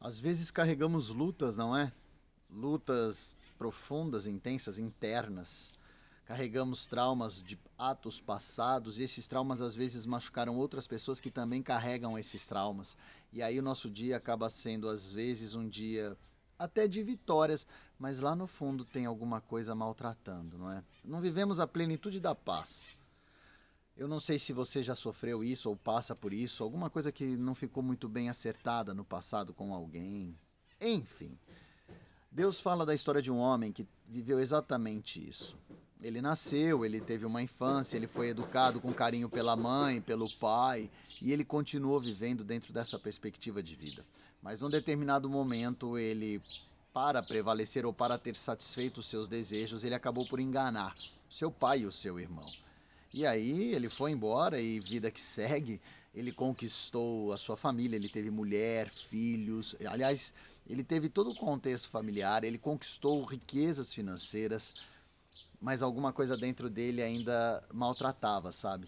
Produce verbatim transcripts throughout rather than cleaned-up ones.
Às vezes carregamos lutas, não é? Lutas profundas, intensas, internas. Carregamos traumas de atos passados e esses traumas às vezes machucaram outras pessoas que também carregam esses traumas. E aí o nosso dia acaba sendo às vezes um dia até de vitórias, mas lá no fundo tem alguma coisa maltratando, não é? Não vivemos a plenitude da paz. Eu não sei se você já sofreu isso ou passa por isso, alguma coisa que não ficou muito bem acertada no passado com alguém. Enfim, Deus fala da história de um homem que viveu exatamente isso. Ele nasceu, ele teve uma infância, ele foi educado com carinho pela mãe, pelo pai, e ele continuou vivendo dentro dessa perspectiva de vida. Mas num determinado momento, ele, para prevalecer ou para ter satisfeito os seus desejos, ele acabou por enganar seu pai e o seu irmão. E aí ele foi embora e vida que segue, ele conquistou a sua família, ele teve mulher, filhos, aliás, ele teve todo o contexto familiar, ele conquistou riquezas financeiras, mas alguma coisa dentro dele ainda maltratava, sabe?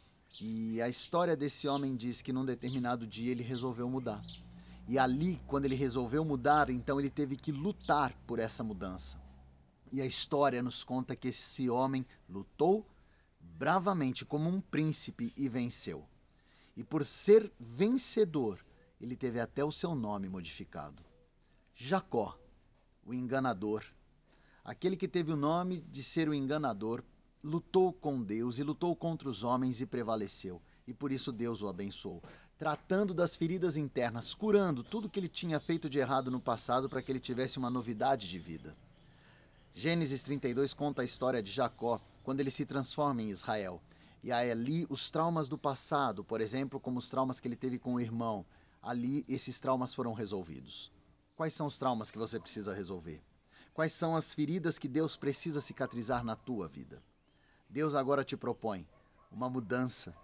E a história desse homem diz que num determinado dia ele resolveu mudar. E ali, quando ele resolveu mudar, então ele teve que lutar por essa mudança. E a história nos conta que esse homem lutou bravamente como um príncipe e venceu. E por ser vencedor, ele teve até o seu nome modificado. Jacó, o enganador, aquele que teve o nome de ser o enganador, lutou com Deus e lutou contra os homens e prevaleceu. E por isso Deus o abençoou, tratando das feridas internas, curando tudo que ele tinha feito de errado no passado para que ele tivesse uma novidade de vida. Gênesis trinta e dois conta a história de Jacó quando ele se transforma em Israel. E aí ali os traumas do passado, por exemplo, como os traumas que ele teve com o irmão, ali esses traumas foram resolvidos. Quais são os traumas que você precisa resolver? Quais são as feridas que Deus precisa cicatrizar na tua vida? Deus agora te propõe uma mudança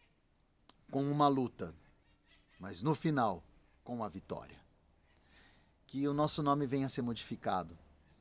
com uma luta, mas no final, com a vitória. Que o nosso nome venha a ser modificado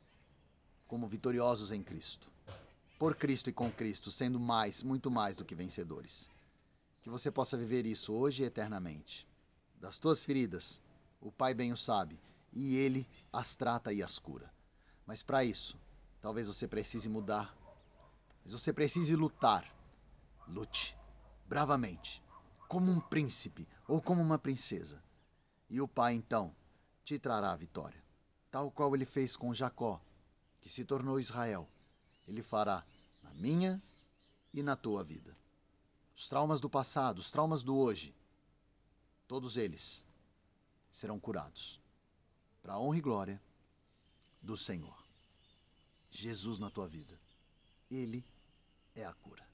como vitoriosos em Cristo. Por Cristo e com Cristo, sendo mais, muito mais do que vencedores. Que você possa viver isso hoje e eternamente. Das tuas feridas, o Pai bem o sabe, e Ele as trata e as cura. Mas para isso, talvez você precise mudar. Mas você precise lutar. Lute, bravamente, como um príncipe ou como uma princesa. E o Pai, então, te trará a vitória. Tal qual Ele fez com Jacó, que se tornou Israel. Ele fará na minha e na tua vida. Os traumas do passado, os traumas do hoje, todos eles serão curados. Para a honra e glória do Senhor. Jesus na tua vida. Ele é a cura.